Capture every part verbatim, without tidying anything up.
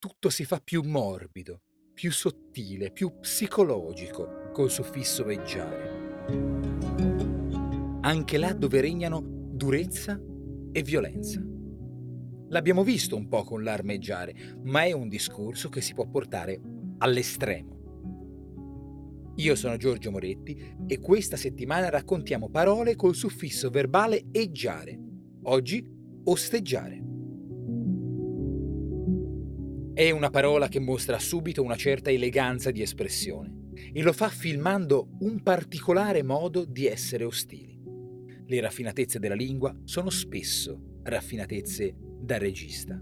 tutto si fa più morbido, più sottile, più psicologico col suffisso "veggiare". Anche là dove regnano durezza e violenza. L'abbiamo visto un po' con l'armeggiare, ma è un discorso che si può portare all'estremo. Io sono Giorgio Moretti e questa settimana raccontiamo parole col suffisso verbale "eggiare". Oggi, osteggiare. È una parola che mostra subito una certa eleganza di espressione e lo fa filmando un particolare modo di essere ostili. Le raffinatezze della lingua sono spesso raffinatezze da regista.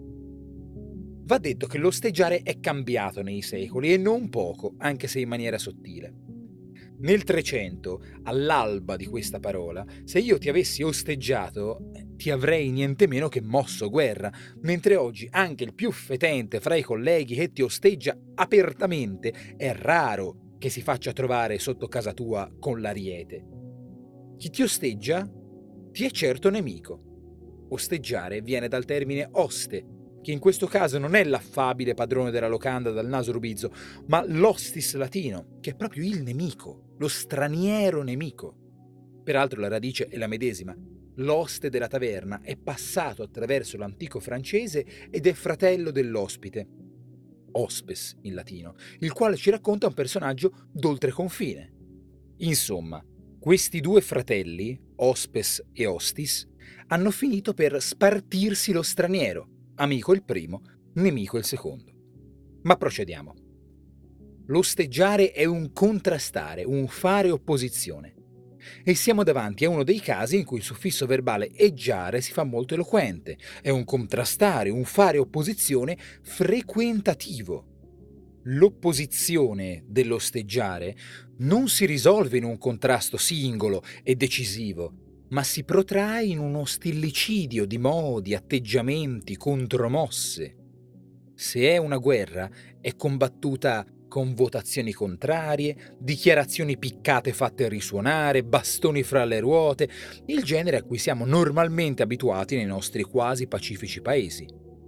Va detto che l'osteggiare è cambiato nei secoli e non poco, anche se in maniera sottile. Nel Trecento, all'alba di questa parola, se io ti avessi osteggiato, eh, ti avrei niente meno che mosso guerra, mentre oggi anche il più fetente fra i colleghi che ti osteggia apertamente è raro che si faccia trovare sotto casa tua con l'ariete. Chi ti osteggia ti è certo nemico. Osteggiare viene dal termine oste, che in questo caso non è l'affabile padrone della locanda dal naso rubizzo, ma l'hostis latino, che è proprio il nemico, lo straniero nemico. Peraltro la radice è la medesima. L'oste della taverna è passato attraverso l'antico francese ed è fratello dell'ospite, hospes in latino, il quale ci racconta un personaggio d'oltreconfine. Insomma, questi due fratelli, hospes e hostis, hanno finito per spartirsi lo straniero, amico il primo, nemico il secondo. Ma procediamo. L'osteggiare è un contrastare, un fare opposizione. E siamo davanti a uno dei casi in cui il suffisso verbale eggiare si fa molto eloquente. È un contrastare, un fare opposizione frequentativo. L'opposizione dell'osteggiare non si risolve in un contrasto singolo e decisivo, ma si protrae in uno stillicidio di modi, atteggiamenti, contromosse. Se è una guerra, è combattuta con votazioni contrarie, dichiarazioni piccate fatte risuonare, bastoni fra le ruote, il genere a cui siamo normalmente abituati nei nostri quasi pacifici paesi.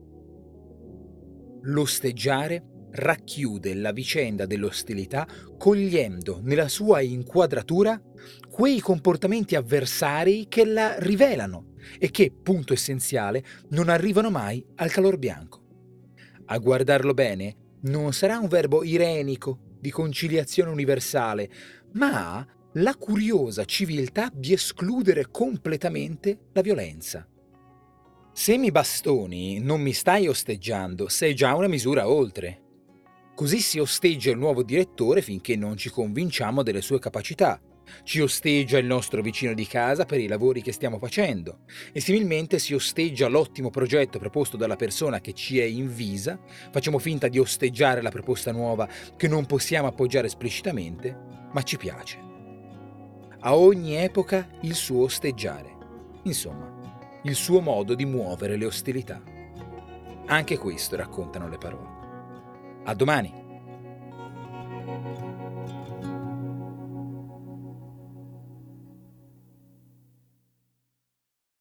L'osteggiare racchiude la vicenda dell'ostilità cogliendo nella sua inquadratura quei comportamenti avversari che la rivelano e che, punto essenziale, non arrivano mai al calor bianco. A guardarlo bene, non sarà un verbo irenico di conciliazione universale, ma ha la curiosa civiltà di escludere completamente la violenza. Se mi bastoni, non mi stai osteggiando, sei già una misura oltre. Così si osteggia il nuovo direttore finché non ci convinciamo delle sue capacità. Ci osteggia il nostro vicino di casa per i lavori che stiamo facendo e similmente si osteggia l'ottimo progetto proposto dalla persona che ci è invisa, facciamo finta di osteggiare la proposta nuova che non possiamo appoggiare esplicitamente, ma ci piace. A ogni epoca il suo osteggiare. Insomma, il suo modo di muovere le ostilità. Anche questo raccontano le parole. A domani!